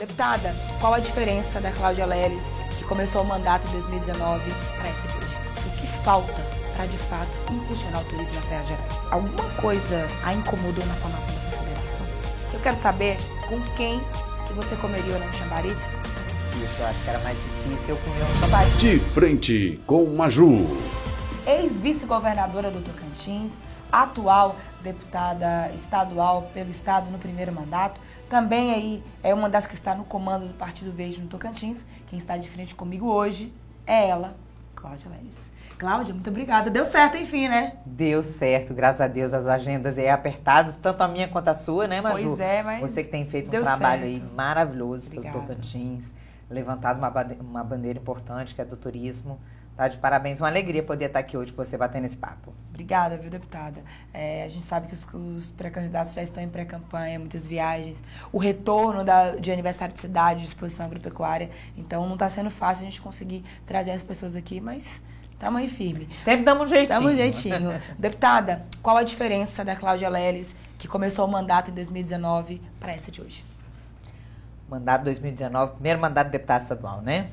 Deputada, qual a diferença da Cláudia Leles, que começou o mandato em 2019, para essa de hoje? O que falta para, de fato, impulsionar o turismo nas Serras Gerais? Alguma coisa a incomodou na formação dessa federação? Eu quero saber com quem que você comeria ou não Xambari? Isso, eu acho que era mais difícil eu comer um Xambari. De frente com Maju. Ex-vice-governadora do Tocantins, atual deputada estadual pelo estado no primeiro mandato, também aí é uma das que está no comando do Partido Verde no Tocantins. Quem está de frente comigo hoje é ela, Cláudia Leles. Cláudia, muito obrigada. Deu certo, enfim, né? Deu certo, graças a Deus, as agendas aí apertadas, tanto a minha quanto a sua, né, Maju? Pois é, mas você que tem feito um deu trabalho certo. aí maravilhoso Obrigada. pelo Tocantins, levantado uma bandeira importante que é do turismo. Tá de parabéns, uma alegria poder estar aqui hoje com você batendo esse papo. Obrigada, viu, deputada? A gente sabe que os pré-candidatos já estão em pré-campanha, muitas viagens, o retorno de aniversário de cidade, de exposição agropecuária, então não está sendo fácil a gente conseguir trazer as pessoas aqui, mas estamos aí firme. Sempre damos um jeitinho. Damos um jeitinho. Deputada, qual a diferença da Cláudia Leles, que começou o mandato em 2019, para essa de hoje? Mandato 2019, primeiro mandato de deputado estadual, né?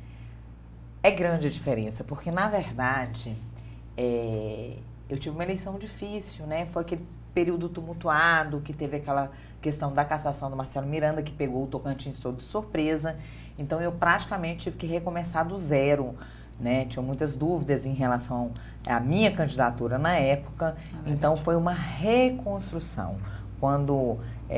É grande a diferença, porque, na verdade, eu tive uma eleição difícil, né? Foi aquele período tumultuado, que teve aquela questão da cassação do Marcelo Miranda, que pegou o Tocantins todo de surpresa. Então, eu praticamente tive que recomeçar do zero, né? Tinha muitas dúvidas em relação à minha candidatura na época. Então, foi uma reconstrução. Quando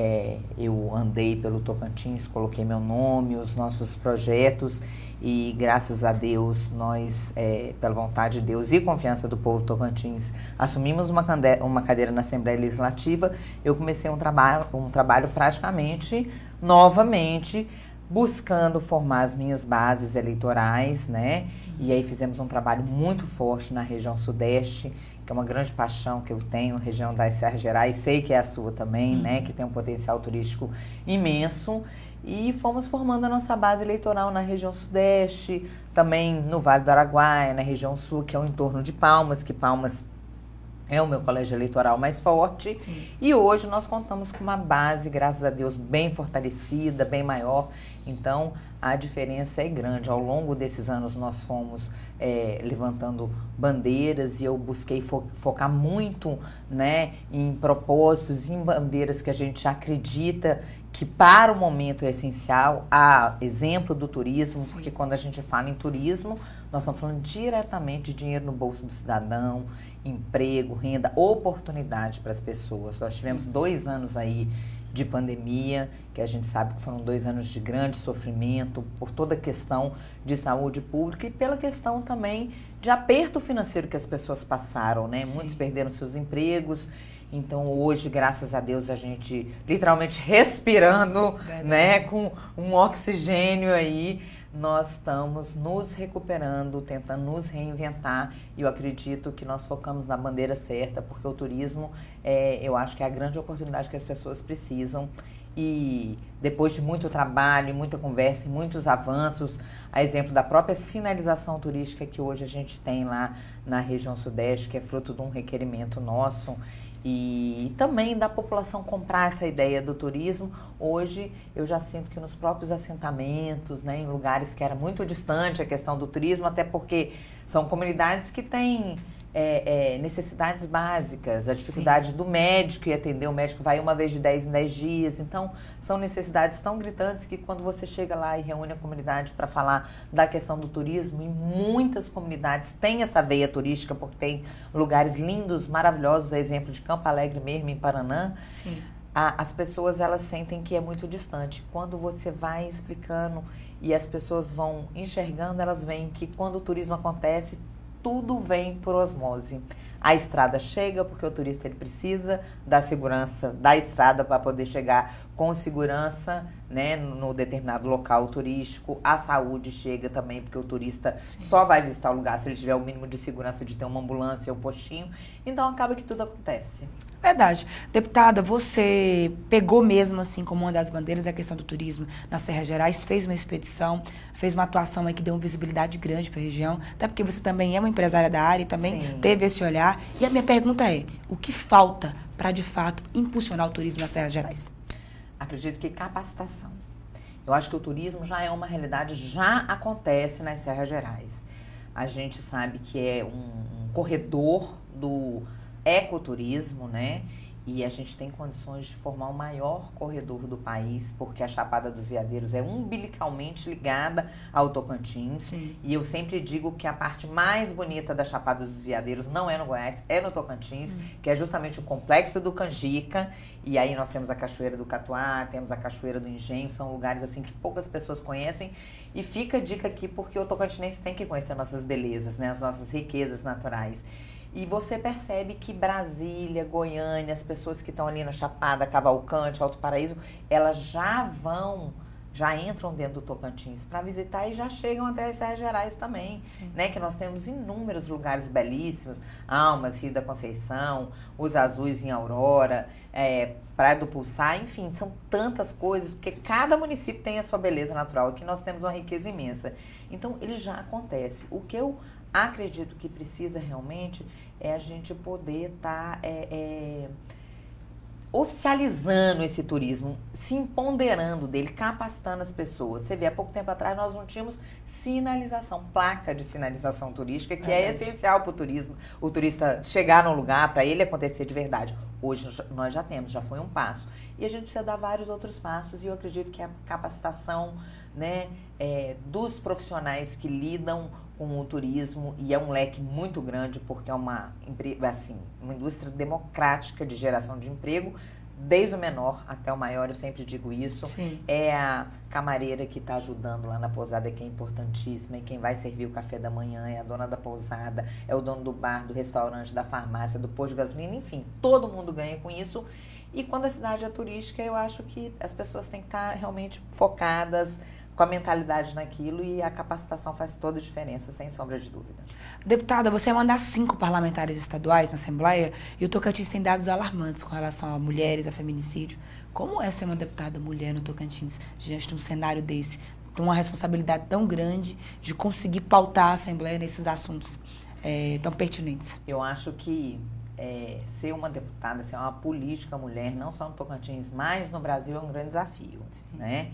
eu andei pelo Tocantins, coloquei meu nome, os nossos projetos e, graças a Deus, nós, pela vontade de Deus e confiança do povo Tocantins, assumimos uma cadeira na Assembleia Legislativa. Eu comecei um trabalho praticamente, novamente, buscando formar as minhas bases eleitorais, né? E aí fizemos um trabalho muito forte na região sudeste, que é uma grande paixão que eu tenho, região das Serras Gerais, sei que é a sua também, né, que tem um potencial turístico imenso, e fomos formando a nossa base eleitoral na região sudeste, também no Vale do Araguaia, na região sul, que é o entorno de Palmas, que Palmas é o meu colégio eleitoral mais forte. Sim. E hoje nós contamos com uma base, graças a Deus, bem fortalecida, bem maior. Então, a diferença é grande. Ao longo desses anos, nós fomos levantando bandeiras e eu busquei focar muito, né, em propósitos, em bandeiras que a gente acredita que para o momento é essencial, a exemplo do turismo. Sim. Porque quando a gente fala em turismo, nós estamos falando diretamente de dinheiro no bolso do cidadão, emprego, renda, oportunidade para as pessoas. Nós tivemos 2 anos aí de pandemia, que a gente sabe que foram 2 anos de grande sofrimento por toda a questão de saúde pública e pela questão também de aperto financeiro que as pessoas passaram, né? Sim. Muitos perderam seus empregos. Então, hoje, graças a Deus, a gente literalmente respirando, né, com um oxigênio aí, nós estamos nos recuperando, tentando nos reinventar, e eu acredito que nós focamos na bandeira certa, porque o turismo, eu acho que é a grande oportunidade que as pessoas precisam. E depois de muito trabalho, muita conversa e muitos avanços, a exemplo da própria sinalização turística que hoje a gente tem lá na região sudeste, que é fruto de um requerimento nosso, e também da população comprar essa ideia do turismo. Hoje eu já sinto que nos próprios assentamentos, né, em lugares que era muito distante a questão do turismo, até porque são comunidades que têm necessidades básicas, a dificuldade Sim. do médico e atender, o médico vai uma vez de 10 em 10 dias, então são necessidades tão gritantes que quando você chega lá e reúne a comunidade para falar da questão do turismo, e muitas comunidades têm essa veia turística, porque tem lugares lindos, maravilhosos, exemplo de Campo Alegre mesmo, em Paraná. Sim. As pessoas, elas sentem que é muito distante. Quando você vai explicando e as pessoas vão enxergando, elas veem que quando o turismo acontece, tudo vem por osmose. A estrada chega porque o turista ele precisa da segurança da estrada para poder chegar com segurança, né, no determinado local turístico. A saúde chega também porque o turista Sim. só vai visitar o lugar se ele tiver o mínimo de segurança de ter uma ambulância, um postinho. Então acaba que tudo acontece. Verdade. Deputada, você pegou mesmo assim como uma das bandeiras a questão do turismo nas Serras Gerais, fez uma expedição, fez uma atuação aí que deu uma visibilidade grande para a região, até porque você também é uma empresária da área e também Sim. teve esse olhar. E a minha pergunta é, o que falta para, de fato, impulsionar o turismo nas Serras Gerais? Acredito que capacitação. Eu acho que o turismo já é uma realidade, já acontece nas Serras Gerais. A gente sabe que é um corredor do ecoturismo, né? E a gente tem condições de formar o maior corredor do país, porque a Chapada dos Veadeiros é umbilicalmente ligada ao Tocantins. Sim. E eu sempre digo que a parte mais bonita da Chapada dos Veadeiros não é no Goiás, é no Tocantins, que é justamente o Complexo do Canjica. E aí nós temos a Cachoeira do Catuá, temos a Cachoeira do Engenho, são lugares assim que poucas pessoas conhecem. E fica a dica aqui, porque o tocantinense tem que conhecer nossas belezas, né? As nossas riquezas naturais. E você percebe que Brasília, Goiânia, as pessoas que estão ali na Chapada, Cavalcante, Alto Paraíso, elas já entram dentro do Tocantins para visitar e já chegam até as Serras Gerais também, né? Que nós temos inúmeros lugares belíssimos, Almas, Rio da Conceição, Os Azuis em Aurora, Praia do Pulsar, enfim, são tantas coisas, porque cada município tem a sua beleza natural. Aqui nós temos uma riqueza imensa. Então, ele já acontece. O que eu acredito que precisa realmente é a gente poder estar oficializando esse turismo, se empoderando dele, capacitando as pessoas. Você vê, há pouco tempo atrás nós não tínhamos sinalização, placa de sinalização turística, que é essencial para o turismo, o turista chegar no lugar, para ele acontecer de verdade. Hoje nós já temos, já foi um passo. E a gente precisa dar vários outros passos, e eu acredito que a capacitação, né, dos profissionais que lidam com o turismo, e é um leque muito grande, porque é uma indústria democrática de geração de emprego, desde o menor até o maior, eu sempre digo isso. Sim. É a camareira que está ajudando lá na pousada, que é importantíssima, e quem vai servir o café da manhã é a dona da pousada, é o dono do bar, do restaurante, da farmácia, do posto de gasolina, enfim, todo mundo ganha com isso. E quando a cidade é turística, eu acho que as pessoas têm que estar realmente focadas, com a mentalidade naquilo, e a capacitação faz toda a diferença, sem sombra de dúvida. Deputada, você manda 5 parlamentares estaduais na Assembleia e o Tocantins tem dados alarmantes com relação a mulheres, a feminicídio. Como é ser uma deputada mulher no Tocantins diante de um cenário desse? De uma responsabilidade tão grande de conseguir pautar a Assembleia nesses assuntos tão pertinentes. Eu acho que ser uma deputada, ser uma política mulher, não só no Tocantins, mas no Brasil, é um grande desafio, né?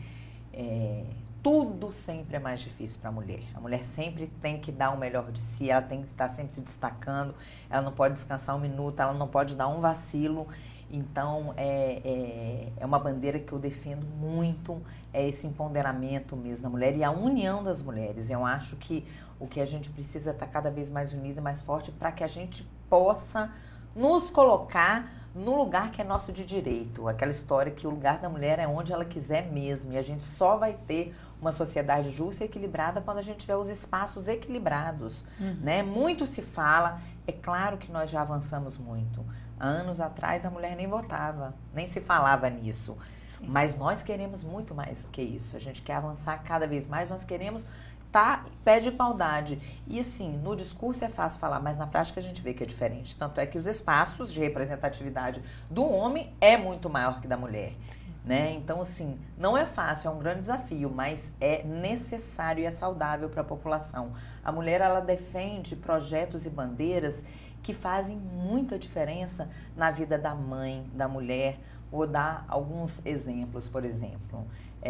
Tudo sempre é mais difícil para a mulher. A mulher sempre tem que dar o melhor de si, ela tem que estar sempre se destacando, ela não pode descansar um minuto, ela não pode dar um vacilo. Então, é uma bandeira que eu defendo muito, esse empoderamento mesmo da mulher e a união das mulheres. Eu acho que o que a gente precisa é estar cada vez mais unida e mais forte para que a gente possa nos colocar no lugar que é nosso de direito. Aquela história que o lugar da mulher é onde ela quiser mesmo. E a gente só vai ter uma sociedade justa e equilibrada quando a gente tiver os espaços equilibrados, né? Muito se fala, é claro que nós já avançamos muito. Há anos atrás a mulher nem votava, nem se falava nisso. Sim. Mas nós queremos muito mais do que isso. A gente quer avançar cada vez mais, nós queremos estar em pé de igualdade. E assim, no discurso é fácil falar, mas na prática a gente vê que é diferente. Tanto é que os espaços de representatividade do homem é muito maior que da mulher. Né? Então, assim, não é fácil, é um grande desafio, mas é necessário e é saudável para a população. A mulher, ela defende projetos e bandeiras que fazem muita diferença na vida da mãe, da mulher. Vou dar alguns exemplos, por exemplo.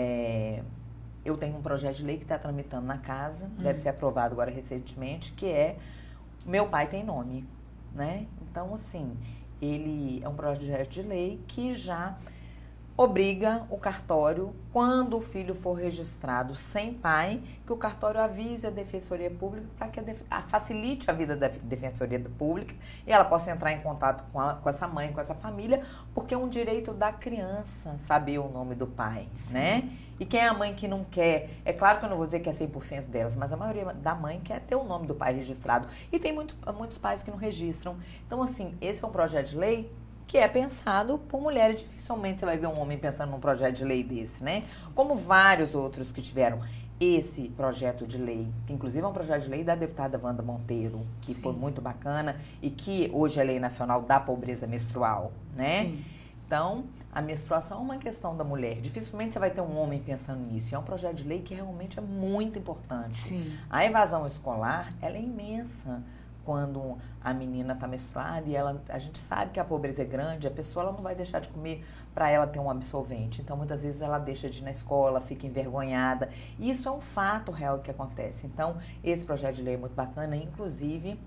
Eu tenho um projeto de lei que está tramitando na casa, deve ser aprovado agora recentemente, que é Meu Pai Tem Nome, né? Então, assim, ele é um projeto de lei que já obriga o cartório, quando o filho for registrado sem pai, que o cartório avise a Defensoria Pública para que facilite a vida da Defensoria Pública e ela possa entrar em contato com essa mãe, com essa família, porque é um direito da criança saber o nome do pai, né? E quem é a mãe que não quer? É claro que eu não vou dizer que é 100% delas, mas a maioria da mãe quer ter o nome do pai registrado. E tem muitos pais que não registram. Então, assim, esse é um projeto de lei que é pensado por mulheres. Dificilmente você vai ver um homem pensando num projeto de lei desse, né? Como vários outros que tiveram esse projeto de lei, que inclusive é um projeto de lei da deputada Wanda Monteiro, que foi muito bacana e que hoje é lei nacional da pobreza menstrual, né? Sim. Então, a menstruação é uma questão da mulher. Dificilmente você vai ter um homem pensando nisso. É um projeto de lei que realmente é muito importante. Sim. A evasão escolar, ela é imensa. quando a menina está menstruada e a gente sabe que a pobreza é grande, a pessoa ela não vai deixar de comer para ela ter um absorvente. Então, muitas vezes ela deixa de ir na escola, fica envergonhada. E isso é um fato real que acontece. Então, esse projeto de lei é muito bacana, inclusive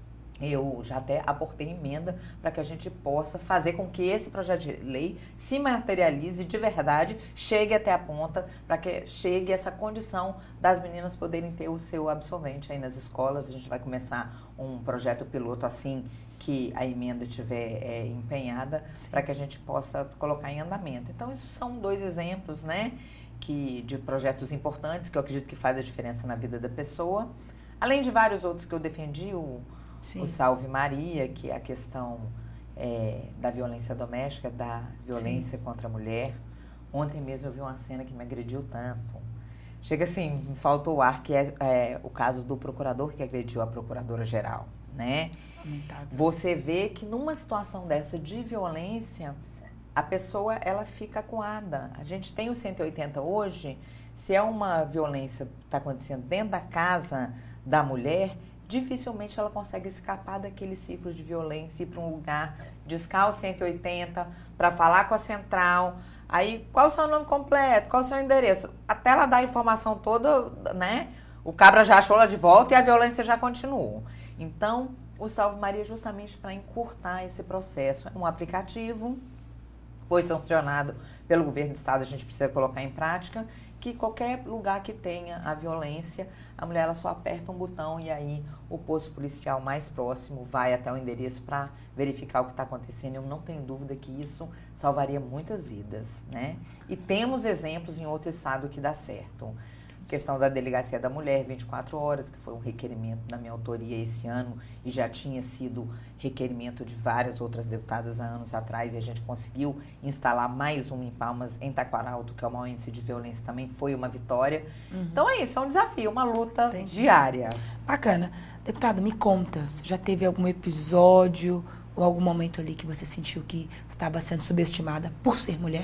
eu já até aportei emenda para que a gente possa fazer com que esse projeto de lei se materialize de verdade, chegue até a ponta, para que chegue essa condição das meninas poderem ter o seu absorvente aí nas escolas. A gente vai começar um projeto piloto assim que a emenda estiver empenhada, para que a gente possa colocar em andamento. Então, isso são 2 exemplos, né, de projetos importantes que eu acredito que faz a diferença na vida da pessoa. Além de vários outros que eu defendi, o Salve Maria, que é a questão da violência doméstica, da violência contra a mulher. Ontem mesmo eu vi uma cena que me agrediu tanto. Chega assim, me faltou o ar, que é o caso do procurador que agrediu a procuradora-geral, né? Lamentável. Você vê que numa situação dessa de violência, a pessoa, ela fica acuada. A gente tem o 180 hoje, se é uma violência que está acontecendo dentro da casa da mulher, dificilmente ela consegue escapar daquele ciclo de violência e ir para um lugar, discar o 180 para falar com a central. Aí, qual o seu nome completo? Qual o seu endereço? Até ela dar a informação toda, né? O cabra já achou ela de volta e a violência já continuou. Então, o Salve Maria é justamente para encurtar esse processo. É um aplicativo, foi sancionado pelo governo do estado, a gente precisa colocar em prática, que qualquer lugar que tenha a violência, a mulher ela só aperta um botão e aí o posto policial mais próximo vai até o endereço para verificar o que está acontecendo. Eu não tenho dúvida que isso salvaria muitas vidas, né? E temos exemplos em outro estado que dá certo. Questão da Delegacia da Mulher, 24 horas, que foi um requerimento da minha autoria esse ano e já tinha sido requerimento de várias outras deputadas há anos atrás, e a gente conseguiu instalar mais um em Palmas, em Taquaralto, que é o maior índice de violência, também foi uma vitória. Então é isso, é um desafio, uma luta diária. Bacana. Deputada, me conta, você já teve algum episódio ou algum momento ali que você sentiu que estava sendo subestimada por ser mulher?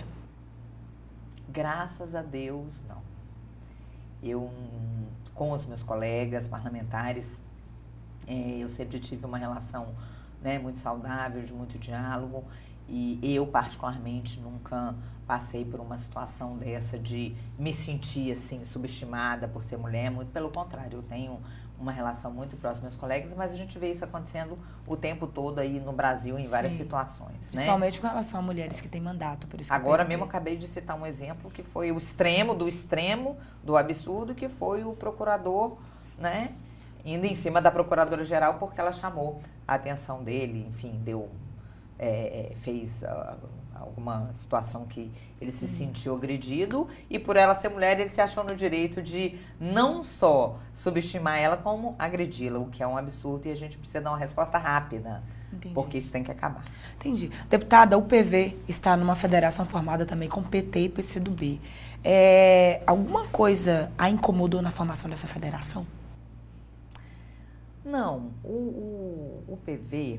Graças a Deus, não. Eu, com os meus colegas parlamentares, eu sempre tive uma relação, né, muito saudável, de muito diálogo, e eu, particularmente, nunca passei por uma situação dessa de me sentir, assim, subestimada por ser mulher. Muito pelo contrário, eu tenho uma relação muito próxima com meus colegas, mas a gente vê isso acontecendo o tempo todo aí no Brasil, em várias situações, né? Principalmente com relação a mulheres que têm mandato, por isso que agora mesmo eu acabei de citar um exemplo que foi o extremo do absurdo, que foi o procurador, né, indo em cima da procuradora-geral porque ela chamou a atenção dele, enfim, fez alguma situação que ele se sentiu agredido, e por ela ser mulher ele se achou no direito de não só subestimar ela como agredi-la, o que é um absurdo, e a gente precisa dar uma resposta rápida. Entendi. Porque isso tem que acabar. Entendi. Deputada, o PV está numa federação formada também com PT e PCdoB. Alguma coisa a incomodou na formação dessa federação? Não. O PV,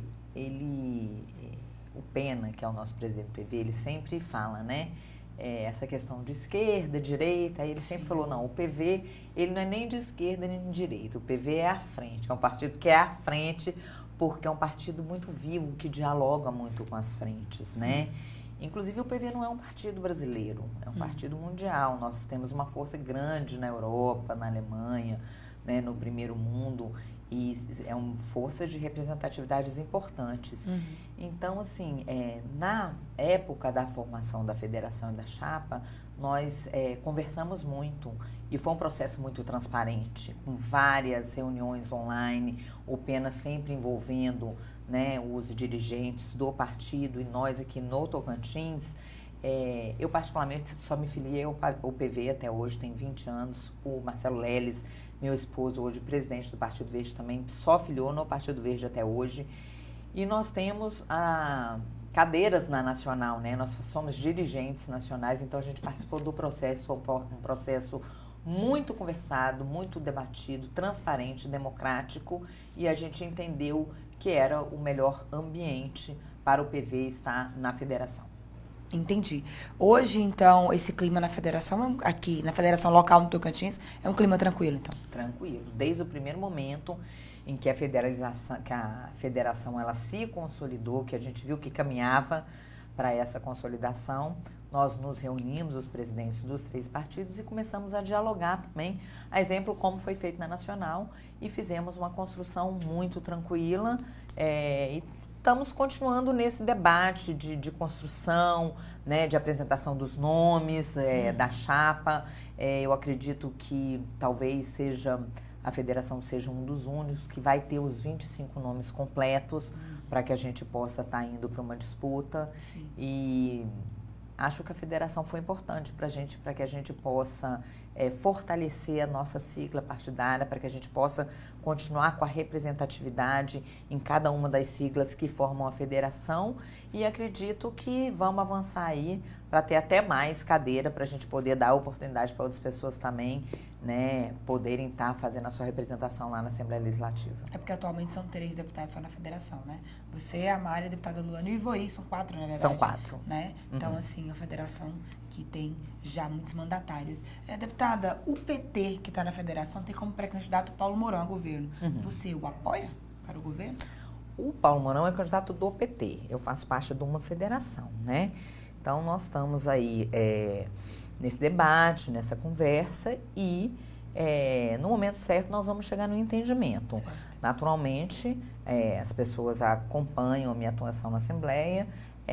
o Pena, que é o nosso presidente do PV, ele sempre fala, né? Essa questão de esquerda, direita, aí ele sempre falou, não, o PV, ele não é nem de esquerda nem de direita, o PV é à frente, é um partido que é à frente, porque é um partido muito vivo, que dialoga muito com as frentes, né? Inclusive, o PV não é um partido brasileiro, é um partido mundial. Nós temos uma força grande na Europa, na Alemanha, né, no primeiro mundo, e é uma força de representatividades importantes. Então, assim, na época da formação da federação e da chapa, nós conversamos muito, e foi um processo muito transparente, com várias reuniões online, o Pena sempre envolvendo, né, os dirigentes do partido, e nós aqui no Tocantins. Eu, particularmente, só me filiei ao PV até hoje, tem 20 anos. O Marcelo Leles, meu esposo, hoje presidente do Partido Verde, também só filiou no Partido Verde até hoje. E nós temos cadeiras na Nacional, né? Nós somos dirigentes nacionais, então a gente participou do processo, um processo muito conversado, muito debatido, transparente, democrático, e a gente entendeu que era o melhor ambiente para o PV estar na federação. Entendi. Hoje, então, esse clima na federação, aqui na federação local no Tocantins, é um clima tranquilo, então? Tranquilo. Desde o primeiro momento em que a federação ela se consolidou, que a gente viu que caminhava para essa consolidação. Nós nos reunimos, os presidentes dos 3 partidos, e começamos a dialogar também, a exemplo como foi feito na Nacional, e fizemos uma construção muito tranquila, e estamos continuando nesse debate de construção, né, de apresentação dos nomes, da chapa. Eu acredito que talvez a federação seja um dos únicos que vai ter os 25 nomes completos para que a gente possa estar indo para uma disputa. Sim. E acho que a federação foi importante para a gente, para que a gente possa fortalecer a nossa sigla partidária, para que a gente possa continuar com a representatividade em cada uma das siglas que formam a federação, e acredito que vamos avançar aí para ter até mais cadeira, para a gente poder dar oportunidade para outras pessoas também, né, poderem estar fazendo a sua representação lá na Assembleia Legislativa. É porque atualmente são 3 deputados só na federação, né? Você, a Mari, a deputada Luana e o Ivoí, são 4, na verdade. São 4. Né? Então, assim, a federação que tem já muitos mandatários. Deputada, o PT que está na federação tem como pré-candidato Paulo Mourão a governo. Você o apoia para o governo? O Paulo Mourão é candidato do PT. Eu faço parte de uma federação, né? Então, nós estamos aí nesse debate, nessa conversa, e no momento certo nós vamos chegar no entendimento. Certo. Naturalmente, as pessoas acompanham a minha atuação na Assembleia,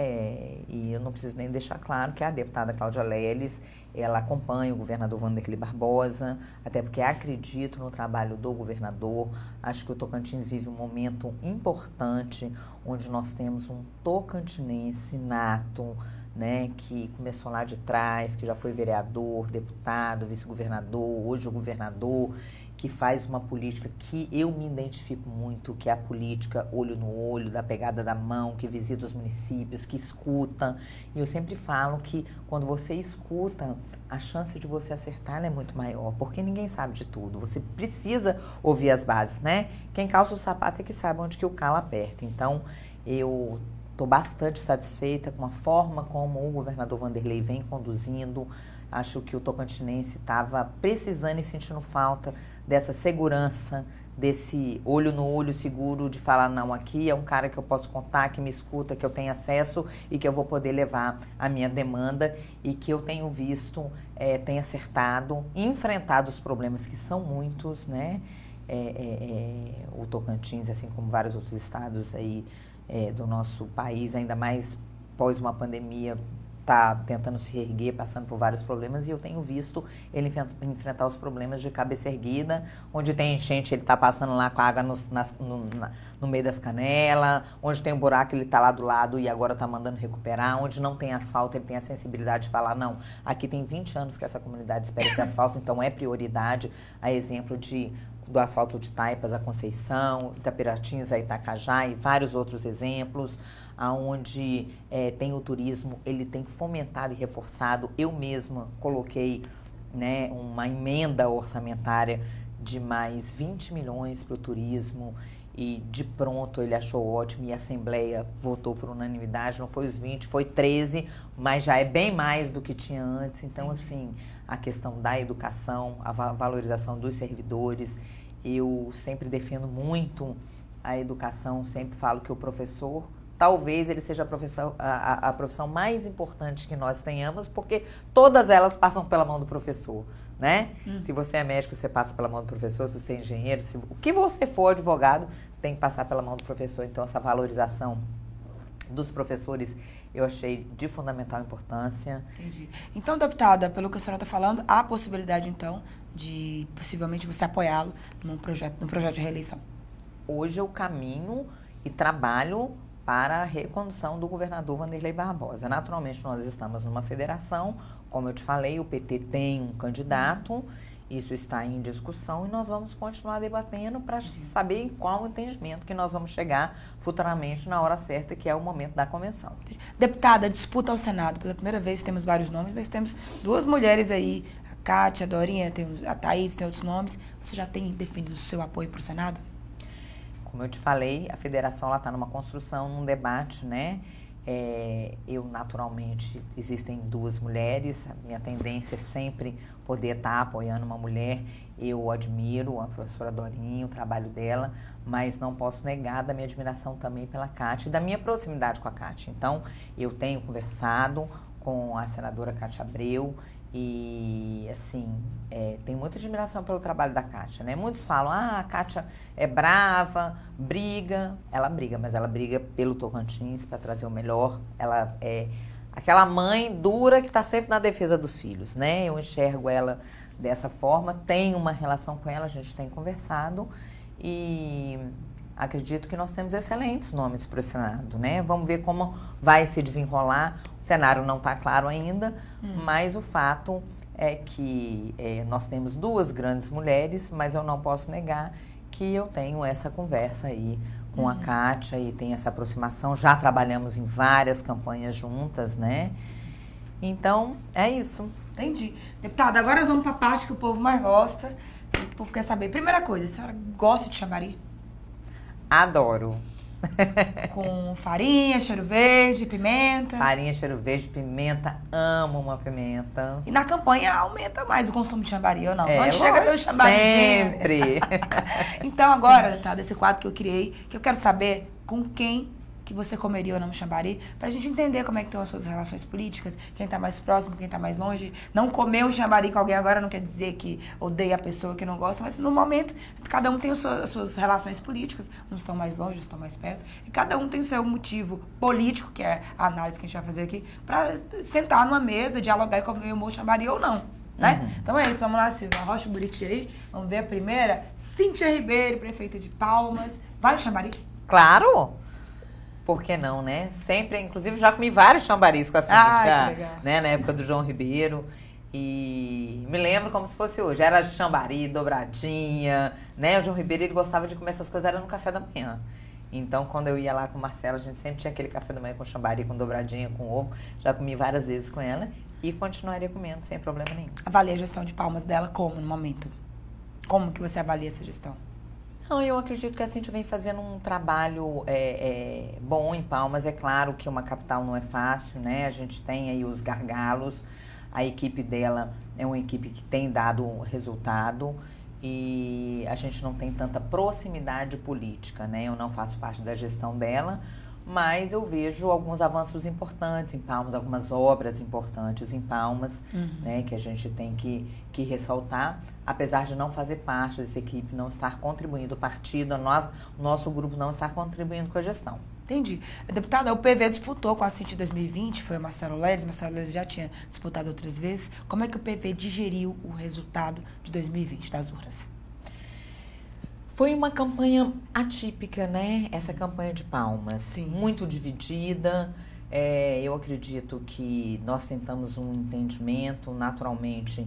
e eu não preciso nem deixar claro que a deputada Cláudia Leles, ela acompanha o governador Wanderley Barbosa, até porque acredito no trabalho do governador. Acho que o Tocantins vive um momento importante, onde nós temos um tocantinense nato, né, que começou lá de trás, que já foi vereador, deputado, vice-governador, hoje o governador, que faz uma política que eu me identifico muito, que é a política olho no olho, da pegada da mão, que visita os municípios, que escuta. E eu sempre falo que quando você escuta, a chance de você acertar é muito maior, porque ninguém sabe de tudo. Você precisa ouvir as bases, né? Quem calça o sapato é que sabe onde que o calo aperta. Então, eu estou bastante satisfeita com a forma como o governador Wanderley vem conduzindo. Acho que o tocantinense estava precisando e sentindo falta dessa segurança, desse olho no olho seguro de falar, não, aqui é um cara que eu posso contar, que me escuta, que eu tenho acesso e que eu vou poder levar a minha demanda, e que eu tenho visto, tem acertado, enfrentado os problemas que são muitos, né? O Tocantins, assim como vários outros estados aí do nosso país, ainda mais pós uma pandemia, está tentando se reerguer, passando por vários problemas, e eu tenho visto ele enfrentar os problemas de cabeça erguida. Onde tem enchente, ele está passando lá com a água no meio das canelas. Onde tem um buraco, ele está lá do lado e agora está mandando recuperar. Onde não tem asfalto, ele tem a sensibilidade de falar, não, aqui tem 20 anos que essa comunidade espera esse asfalto, então é prioridade. A exemplo do asfalto de Taipas a Conceição, Itapiratins a Itacajá e vários outros exemplos, onde tem o turismo, ele tem fomentado e reforçado. Eu mesma coloquei, né, uma emenda orçamentária de mais 20 milhões para o turismo, e de pronto ele achou ótimo, e a Assembleia votou por unanimidade. Não foi os 20, foi 13, mas já é bem mais do que tinha antes. Então, assim, a questão da educação, a valorização dos servidores, eu sempre defendo muito a educação, sempre falo que o professor, talvez ele seja a profissão mais importante que nós tenhamos, porque todas elas passam pela mão do professor, né? Se você é médico, você passa pela mão do professor. Se você é engenheiro, o que você for, advogado, tem que passar pela mão do professor. Então, essa valorização dos professores eu achei de fundamental importância. Entendi. Então, deputada, pelo que a senhora está falando, há a possibilidade, então, de possivelmente você apoiá-lo num projeto de reeleição? Hoje eu caminho e trabalho para a recondução do governador Wanderley Barbosa. Naturalmente, nós estamos numa federação, como eu te falei, o PT tem um candidato, isso está em discussão, e nós vamos continuar debatendo para saber em qual entendimento que nós vamos chegar futuramente na hora certa, que é o momento da convenção. Deputada, disputa ao Senado. Pela primeira vez temos vários nomes, mas temos 2 mulheres aí, a Kátia, a Dorinha, a Thaís, tem outros nomes. Você já tem definido o seu apoio para o Senado? Como eu te falei, a federação está numa construção, num debate, né? Eu, naturalmente, existem 2 mulheres, a minha tendência é sempre poder estar apoiando uma mulher. Eu admiro a professora Dorinha, o trabalho dela, mas não posso negar da minha admiração também pela Cátia e da minha proximidade com a Cátia. Então, eu tenho conversado com a senadora Cátia Abreu e, assim, tenho muita admiração pelo trabalho da Cátia, né? Muitos falam, a Cátia é brava, briga. Ela briga, mas ela briga pelo Tocantins para trazer o melhor. Ela é aquela mãe dura que está sempre na defesa dos filhos, né? Eu enxergo ela dessa forma, tenho uma relação com ela, a gente tem conversado e acredito que nós temos excelentes nomes para o Senado, né? Vamos ver como vai se desenrolar. O cenário não está claro ainda, mas o fato é que nós temos 2 grandes mulheres, mas eu não posso negar que eu tenho essa conversa aí com a Cátia e tem essa aproximação. Já trabalhamos em várias campanhas juntas, né? Então, é isso. Entendi. Deputada, agora nós vamos para a parte que o povo mais gosta. O povo quer saber. Primeira coisa, a senhora gosta de chambari? Adoro. Com farinha, cheiro verde, pimenta? Farinha, cheiro verde, pimenta. Amo uma pimenta. E na campanha aumenta mais o consumo de chambari, ou não? Quando chega a ter o chambari. Sempre. Então agora, deputada, esse quadro que eu criei, que eu quero saber com quem que você comeria ou não chambari, pra gente entender como é que estão as suas relações políticas, quem tá mais próximo, quem tá mais longe. Não comer um chambari com alguém agora não quer dizer que odeia a pessoa, que não gosta, mas no momento, cada um tem as suas relações políticas, uns estão mais longe, uns estão mais perto, e cada um tem o seu motivo político, que é a análise que a gente vai fazer aqui, pra sentar numa mesa, dialogar e comer um chambari ou não. Né? Então é isso, vamos lá, Silvia. Rocha Buriti aí, vamos ver a primeira. Cíntia Ribeiro, prefeita de Palmas. Vai no chambari? Claro! Por que não, né? Sempre, inclusive, já comi vários chambaris com a Cíntia, né? Na época do João Ribeiro. E me lembro como se fosse hoje. Era chambari, dobradinha, né? O João Ribeiro, ele gostava de comer essas coisas, era no café da manhã. Então, quando eu ia lá com o Marcelo, a gente sempre tinha aquele café da manhã com chambari, com dobradinha, com ovo. Já comi várias vezes com ela e continuaria comendo, sem problema nenhum. Avalia a gestão de Palmas dela como no momento? Como que você avalia essa gestão? Não, eu acredito que a Cíntia vem fazendo um trabalho bom em Palmas. É claro que uma capital não é fácil, né? A gente tem aí os gargalos. A equipe dela é uma equipe que tem dado resultado e a gente não tem tanta proximidade política, né? Eu não faço parte da gestão dela, mas eu vejo alguns avanços importantes em Palmas, algumas obras importantes em Palmas, né, que a gente tem que ressaltar, apesar de não fazer parte dessa equipe, não estar contribuindo, o partido, o nosso grupo não estar contribuindo com a gestão. Entendi. Deputada, o PV disputou com a Cíntia em 2020, foi o Marcelo Leles já tinha disputado outras vezes. Como é que o PV digeriu o resultado de 2020 das urnas? Foi uma campanha atípica, né? Essa campanha de Palmas. Sim. Muito dividida. Eu acredito que nós tentamos um entendimento. Naturalmente,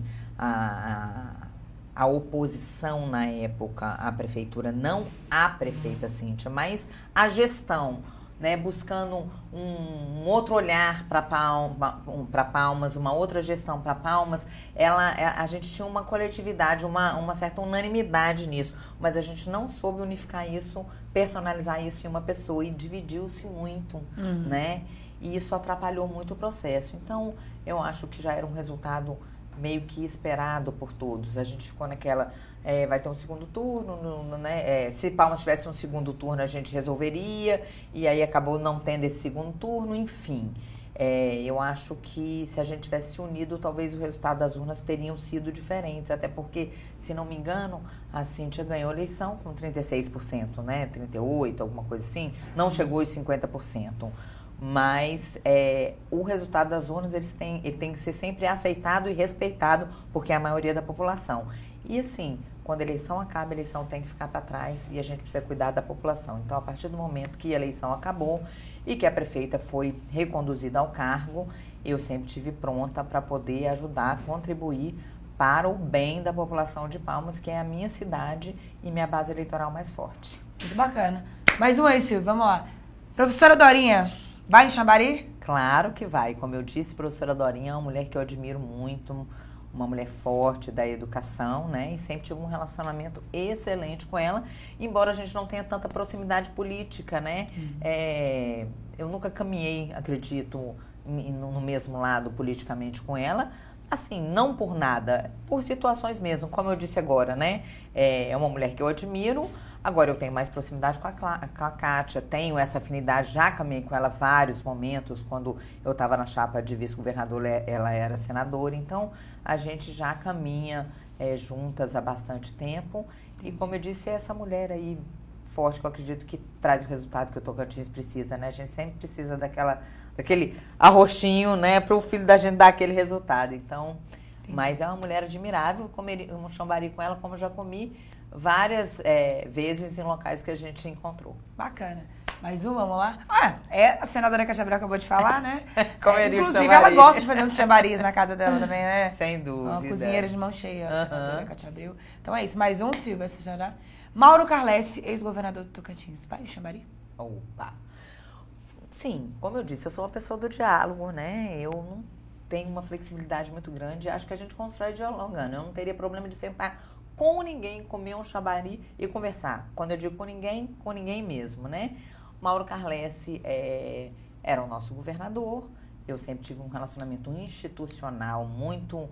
a oposição na época à prefeitura, não a prefeita Cíntia, mas a gestão, né, buscando um outro olhar para Palmas, uma outra gestão para Palmas, a gente tinha uma coletividade, uma certa unanimidade nisso, mas a gente não soube unificar isso, personalizar isso em uma pessoa e dividiu-se muito, né? E isso atrapalhou muito o processo. Então, eu acho que já era um resultado meio que esperado por todos. A gente ficou naquela, vai ter um segundo turno, né? Se Palmas tivesse um segundo turno, a gente resolveria, e aí acabou não tendo esse segundo turno, enfim. Eu acho que se a gente tivesse se unido, talvez o resultado das urnas teriam sido diferentes, até porque, se não me engano, a Cíntia ganhou a eleição com 36%, né? 38%, alguma coisa assim, não chegou aos 50%. Mas o resultado das urnas ele tem que ser sempre aceitado e respeitado, porque é a maioria da população. E assim, quando a eleição acaba, a eleição tem que ficar para trás e a gente precisa cuidar da população. Então, a partir do momento que a eleição acabou e que a prefeita foi reconduzida ao cargo, eu sempre estive pronta para poder ajudar, contribuir para o bem da população de Palmas, que é a minha cidade e minha base eleitoral mais forte. Muito bacana. Mais um aí, Silvia, vamos lá. Professora Dorinha, vai em chambari? Claro que vai. Como eu disse, a professora Dorinha é uma mulher que eu admiro muito, uma mulher forte da educação, né? E sempre tive um relacionamento excelente com ela, embora a gente não tenha tanta proximidade política, né? Eu nunca caminhei, acredito, no mesmo lado politicamente com ela, assim, não por nada, por situações mesmo, como eu disse agora, né? É uma mulher que eu admiro. Agora eu tenho mais proximidade com a Kátia, tenho essa afinidade, já caminhei com ela vários momentos, quando eu estava na chapa de vice-governador, ela era senadora, então a gente já caminha juntas há bastante tempo. E como eu disse, é essa mulher aí forte que eu acredito que traz o resultado que o Tocantins precisa, né? A gente sempre precisa daquele arrostinho, né, para o filho da gente dar aquele resultado. Então, mas é uma mulher admirável, comer um chambari com ela, como eu já comi várias vezes em locais que a gente encontrou. Bacana. Mais uma, vamos lá? A senadora Kátia Abreu acabou de falar, né? Inclusive, ela gosta de fazer uns chambaris na casa dela também, né? Sem dúvida. Uma cozinheira de mão cheia, a senadora Kátia Abreu. Então é isso. Mais um, Silvia, você já dá. Mauro Carlesse, ex-governador do Tocantins. Vai, chambari? Opa! Sim, como eu disse, eu sou uma pessoa do diálogo, né? Eu não tenho uma flexibilidade muito grande. Acho que a gente constrói dialogando. Eu não teria problema de sentar com ninguém, comer um chambari e conversar. Quando eu digo com ninguém mesmo, né? Mauro Carlesse era o nosso governador. Eu sempre tive um relacionamento institucional muito,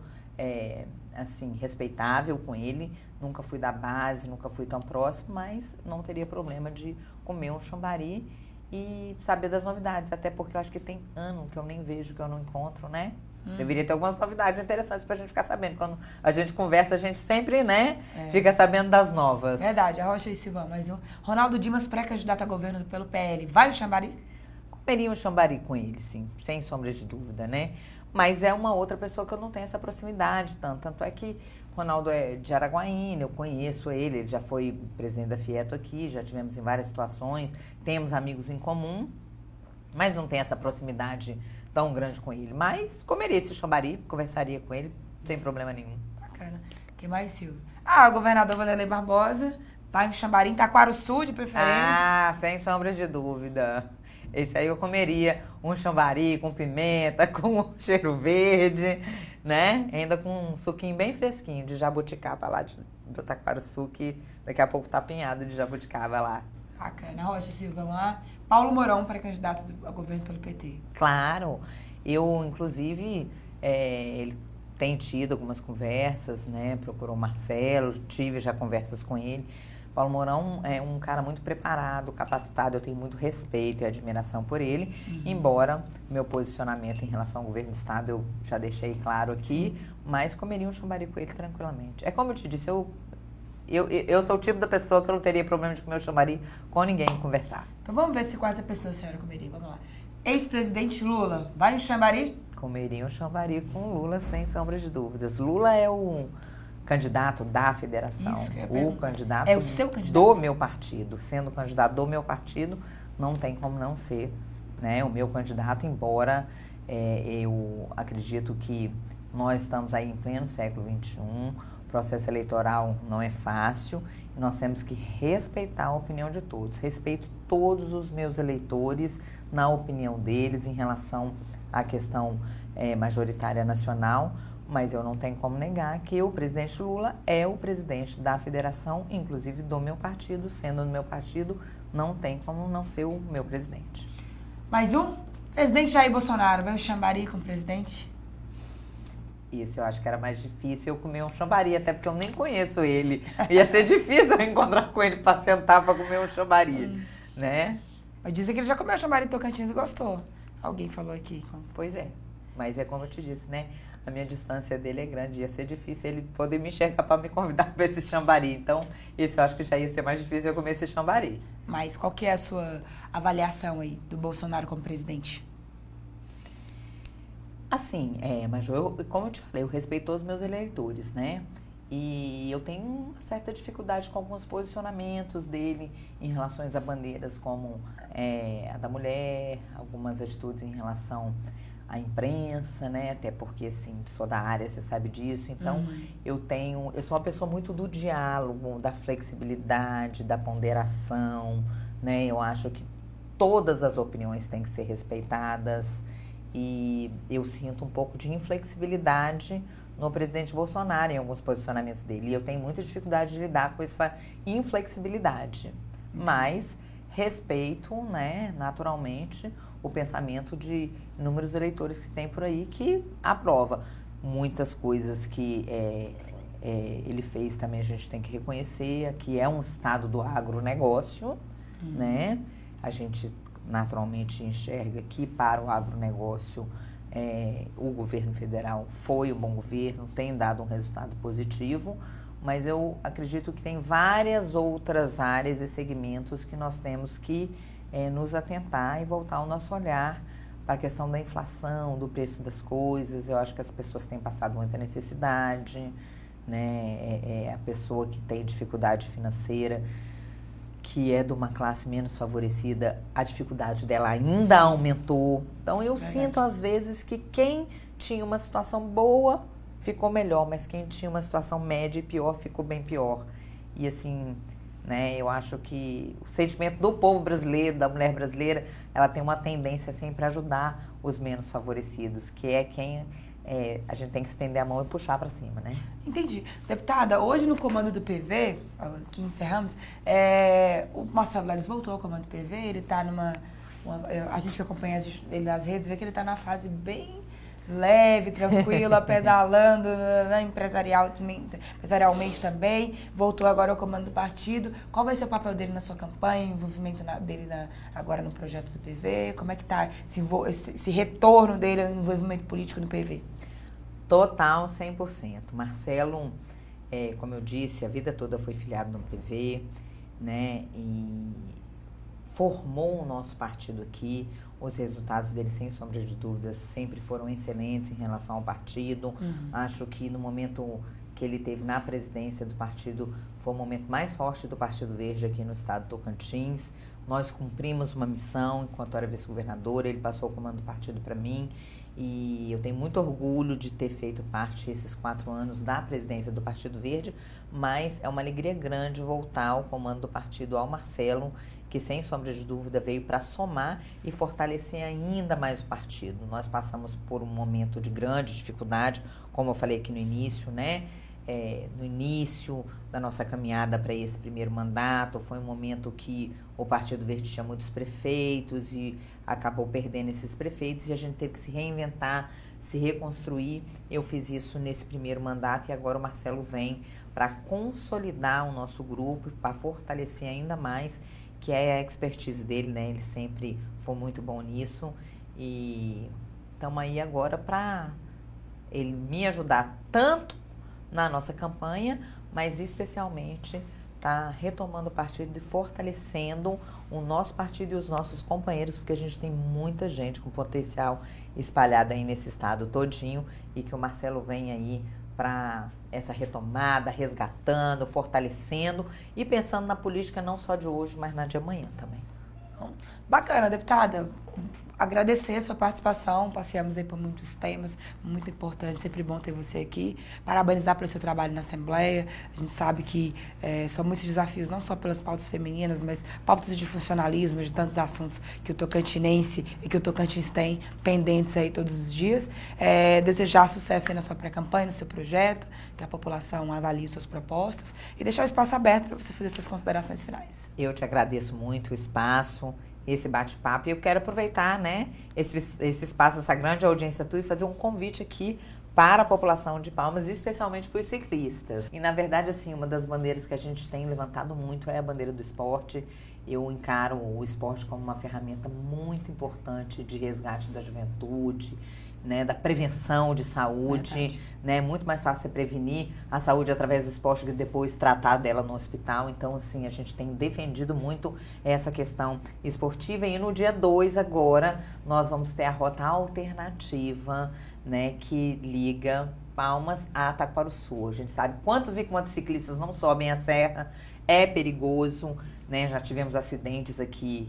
assim, respeitável com ele. Nunca fui da base, nunca fui tão próximo, mas não teria problema de comer um chambari e saber das novidades. Até porque eu acho que tem ano que eu nem vejo, que eu não encontro, né? Deveria ter algumas novidades interessantes pra gente ficar sabendo. Quando a gente conversa, a gente sempre, né, fica sabendo das novas. Verdade, a Rocha e Silva, mais um. Ronaldo Dimas, pré-candidato a governo pelo PL. Vai o chambari? Comeria um chambari com ele, sim, sem sombra de dúvida, né? Mas é uma outra pessoa que eu não tenho essa proximidade tanto. Tanto é que o Ronaldo é de Araguaína, eu conheço ele já foi presidente da Fieto aqui, já tivemos em várias situações, temos amigos em comum, mas não tem essa proximidade tão grande com ele. Mas comeria esse chambari, conversaria com ele, sem problema nenhum. Bacana. Quem mais, Silvio? O governador Vanderlei Barbosa, vai em chambari em Taquarussu, de preferência. Sem sombra de dúvida. Esse aí eu comeria um chambari com pimenta, com cheiro verde, né? Ainda com um suquinho bem fresquinho de jabuticaba lá do Taquarussu, que daqui a pouco tá apinhado de jabuticaba lá. Bacana. Rocha, Silvio, vamos lá. Paulo Mourão, pré-candidato a governo pelo PT. Claro. Eu, inclusive, ele tem tido algumas conversas, né? Procurou o Marcelo, tive já conversas com ele. Paulo Mourão é um cara muito preparado, capacitado, eu tenho muito respeito e admiração por ele, embora meu posicionamento em relação ao governo do estado eu já deixei claro aqui, mas comeria um chambari com ele tranquilamente. É como eu te disse, eu sou o tipo da pessoa que eu não teria problema de comer o chambari com ninguém e conversar. Então vamos ver se com essa pessoa a senhora comeria, vamos lá. Ex-presidente Lula, vai um chambari? Comeria um chambari com Lula, sem sombra de dúvidas. Lula é o candidato da federação, o candidato, é o seu candidato do meu partido. Sendo candidato do meu partido, não tem como não ser, né, o meu candidato, embora eu acredito que nós estamos aí em pleno século XXI, o processo eleitoral não é fácil, e nós temos que respeitar a opinião de todos. Respeito todos os meus eleitores na opinião deles em relação à questão majoritária nacional, mas eu não tenho como negar que o presidente Lula é o presidente da federação, inclusive do meu partido. Sendo do meu partido, não tem como não ser o meu presidente. Mais um? Presidente Jair Bolsonaro, vai um chambari com o presidente? Isso eu acho que era mais difícil eu comer um chambari, até porque eu nem conheço ele. Ia ser difícil eu encontrar com ele para sentar para comer um chambari, né? Mas dizem que ele já comeu chambari em Tocantins e gostou. Alguém falou aqui. Pois é, mas é como eu te disse, né? A minha distância dele é grande, ia ser difícil ele poder me enxergar para me convidar para esse chambari. Então, isso eu acho que já ia ser mais difícil eu comer esse chambari. Mas qual que é a sua avaliação aí do Bolsonaro como presidente? Assim, mas como eu te falei, eu respeito todos os meus eleitores, né? E eu tenho uma certa dificuldade com alguns posicionamentos dele em relação a bandeiras como a da mulher, algumas atitudes em relação à imprensa, né? Até porque, assim, sou da área, você sabe disso. Então, eu sou uma pessoa muito do diálogo, da flexibilidade, da ponderação, né? Eu acho que todas as opiniões têm que ser respeitadas. E eu sinto um pouco de inflexibilidade no presidente Bolsonaro em alguns posicionamentos dele. E eu tenho muita dificuldade de lidar com essa inflexibilidade. Mas respeito, né, naturalmente, o pensamento de inúmeros eleitores que tem por aí que aprova. Muitas coisas que ele fez também a gente tem que reconhecer, que é um estado do agronegócio, né? A gente naturalmente enxerga que para o agronegócio o governo federal foi um bom governo, tem dado um resultado positivo, mas eu acredito que tem várias outras áreas e segmentos que nós temos que nos atentar e voltar o nosso olhar para a questão da inflação, do preço das coisas. Eu acho que as pessoas têm passado muita necessidade, né? A pessoa que tem dificuldade financeira, que é de uma classe menos favorecida, a dificuldade dela ainda aumentou. Então, eu sinto, às vezes, que quem tinha uma situação boa ficou melhor, mas quem tinha uma situação média e pior ficou bem pior. E, assim, né, eu acho que o sentimento do povo brasileiro, da mulher brasileira, ela tem uma tendência sempre a ajudar os menos favorecidos, que é quem a gente tem que estender a mão e puxar para cima, né? Entendi. Deputada, hoje no comando do PV, aqui encerramos, o Marcelo Leles voltou ao comando do PV, ele está a gente que acompanha ele nas redes vê que ele está numa fase bem leve, tranquila, pedalando, né, empresarialmente também, voltou agora ao comando do partido. Qual vai ser o papel dele na sua campanha, o envolvimento dele agora no projeto do PV? Como é que está esse retorno dele ao envolvimento político no PV? Total, 100%. Marcelo, como eu disse, a vida toda foi filiado no PV, né, e formou o nosso partido aqui. Os resultados dele, sem sombra de dúvidas, sempre foram excelentes em relação ao partido. Acho que no momento que ele teve na presidência do partido, foi o momento mais forte do Partido Verde aqui no estado do Tocantins. Nós cumprimos uma missão enquanto era vice-governadora, ele passou o comando do partido para mim. E eu tenho muito orgulho de ter feito parte esses 4 anos da presidência do Partido Verde, mas é uma alegria grande voltar ao comando do partido ao Marcelo, que sem sombra de dúvida veio para somar e fortalecer ainda mais o partido. Nós passamos por um momento de grande dificuldade, como eu falei aqui no início, né? No início da nossa caminhada para esse primeiro mandato, foi um momento que o Partido Verde tinha muitos prefeitos e acabou perdendo esses prefeitos e a gente teve que se reinventar, se reconstruir. Eu fiz isso nesse primeiro mandato e agora o Marcelo vem para consolidar o nosso grupo, para fortalecer ainda mais, que é a expertise dele, né? Ele sempre foi muito bom nisso e estamos aí agora para ele me ajudar tanto na nossa campanha, mas especialmente está retomando o partido e fortalecendo o nosso partido e os nossos companheiros, porque a gente tem muita gente com potencial espalhada aí nesse estado todinho e que o Marcelo vem aí para essa retomada, resgatando, fortalecendo e pensando na política não só de hoje, mas na de amanhã também. Bacana, deputada. Agradecer a sua participação, passeamos aí por muitos temas, muito importante, sempre bom ter você aqui. Parabenizar pelo seu trabalho na Assembleia. A gente sabe que são muitos desafios, não só pelas pautas femininas, mas pautas de funcionalismo, de tantos assuntos que o tocantinense e que o Tocantins tem pendentes aí todos os dias. Desejar sucesso aí na sua pré-campanha, no seu projeto, que a população avalie suas propostas e deixar o espaço aberto para você fazer suas considerações finais. Eu te agradeço muito o espaço, esse bate-papo, e eu quero aproveitar, né, esse espaço, essa grande audiência tua, e fazer um convite aqui para a população de Palmas, especialmente para os ciclistas. E, na verdade, assim, uma das bandeiras que a gente tem levantado muito é a bandeira do esporte. Eu encaro o esporte como uma ferramenta muito importante de resgate da juventude, né, da prevenção de saúde, né, muito mais fácil você prevenir a saúde através do esporte que depois tratar dela no hospital. Então, assim, a gente tem defendido muito essa questão esportiva. E no dia 2 agora, nós vamos ter a rota alternativa, né, que liga Palmas a Taquarussu. A gente sabe quantos e quantos ciclistas não sobem a serra, é perigoso, né, já tivemos acidentes aqui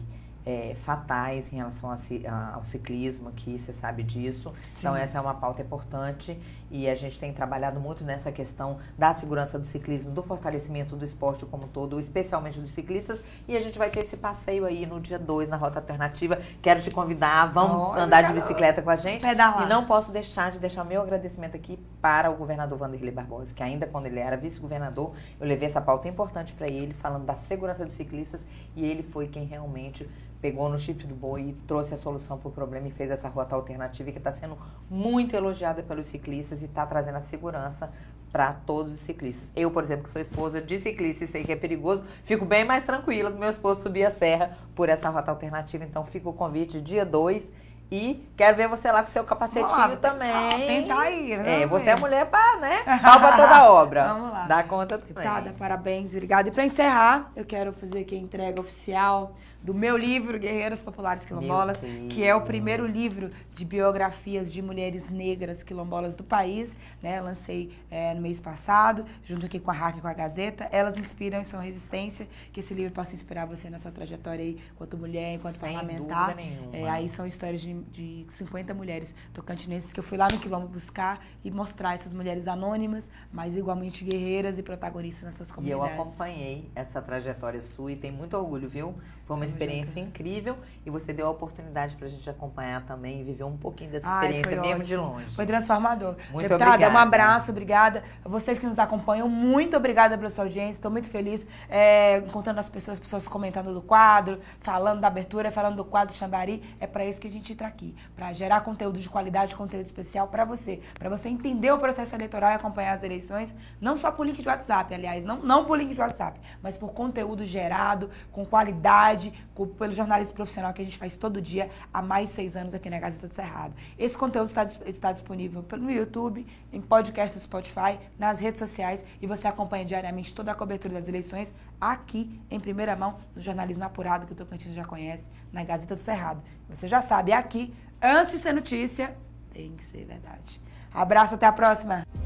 fatais em relação ao ciclismo aqui, você sabe disso. Sim. Então essa é uma pauta importante e a gente tem trabalhado muito nessa questão da segurança do ciclismo, do fortalecimento do esporte como um todo, especialmente dos ciclistas, e a gente vai ter esse passeio aí no dia 2 na Rota Alternativa. Quero te convidar, vamos andar de bicicleta com a gente. Pedalar. E não posso deixar de deixar o meu agradecimento aqui para o governador Wanderley Barbosa, que ainda quando ele era vice-governador, eu levei essa pauta importante para ele, falando da segurança dos ciclistas, e ele foi quem realmente pegou no chifre do boi e trouxe a solução para o problema e fez essa Rota Alternativa que está sendo muito elogiada pelos ciclistas e está trazendo a segurança para todos os ciclistas. Eu, por exemplo, que sou esposa de ciclista e sei que é perigoso, fico bem mais tranquila do meu esposo subir a serra por essa Rota Alternativa. Então, fica o convite dia 2 e quero ver você lá com o seu capacetinho também. Tentar aí. Você é mulher para, né? Palma toda obra. Vamos lá. Dá conta também. Deputada, parabéns, obrigada. E para encerrar, eu quero fazer aqui a entrega oficial do meu livro, Guerreiras Populares Quilombolas, que é o primeiro livro de biografias de mulheres negras quilombolas do país, né? Lancei no mês passado, junto aqui com a RAC e com a Gazeta. Elas inspiram e são resistência, que esse livro possa inspirar você nessa trajetória aí, enquanto mulher, enquanto parlamentar. Sem dúvida nenhuma. Aí são histórias de 50 mulheres tocantinenses que eu fui lá no Quilombo buscar e mostrar essas mulheres anônimas, mas igualmente guerreiras e protagonistas nas suas comunidades. E eu acompanhei essa trajetória sua e tenho muito orgulho, viu? Foi uma experiência incrível e você deu a oportunidade pra gente acompanhar também e viver um pouquinho dessa experiência mesmo de longe. Foi transformador. Muito Deputada, obrigada. Um abraço, obrigada. A vocês que nos acompanham, muito obrigada pela sua audiência. Estou muito feliz encontrando as pessoas comentando do quadro, falando da abertura, falando do quadro Xambari. É para isso que a gente entra aqui, para gerar conteúdo de qualidade, conteúdo especial para você entender o processo eleitoral e acompanhar as eleições, não só por link de WhatsApp, aliás, não por link de WhatsApp, mas por conteúdo gerado, com qualidade, pelo jornalismo profissional que a gente faz todo dia há mais de 6 anos aqui na Gazeta do Cerrado. Esse conteúdo está disponível no YouTube, em podcast do Spotify, nas redes sociais, e você acompanha diariamente toda a cobertura das eleições aqui, em primeira mão, no jornalismo apurado que o Tocantins já conhece, na Gazeta do Cerrado. Você já sabe, aqui, antes de ser notícia, tem que ser verdade. Abraço, até a próxima!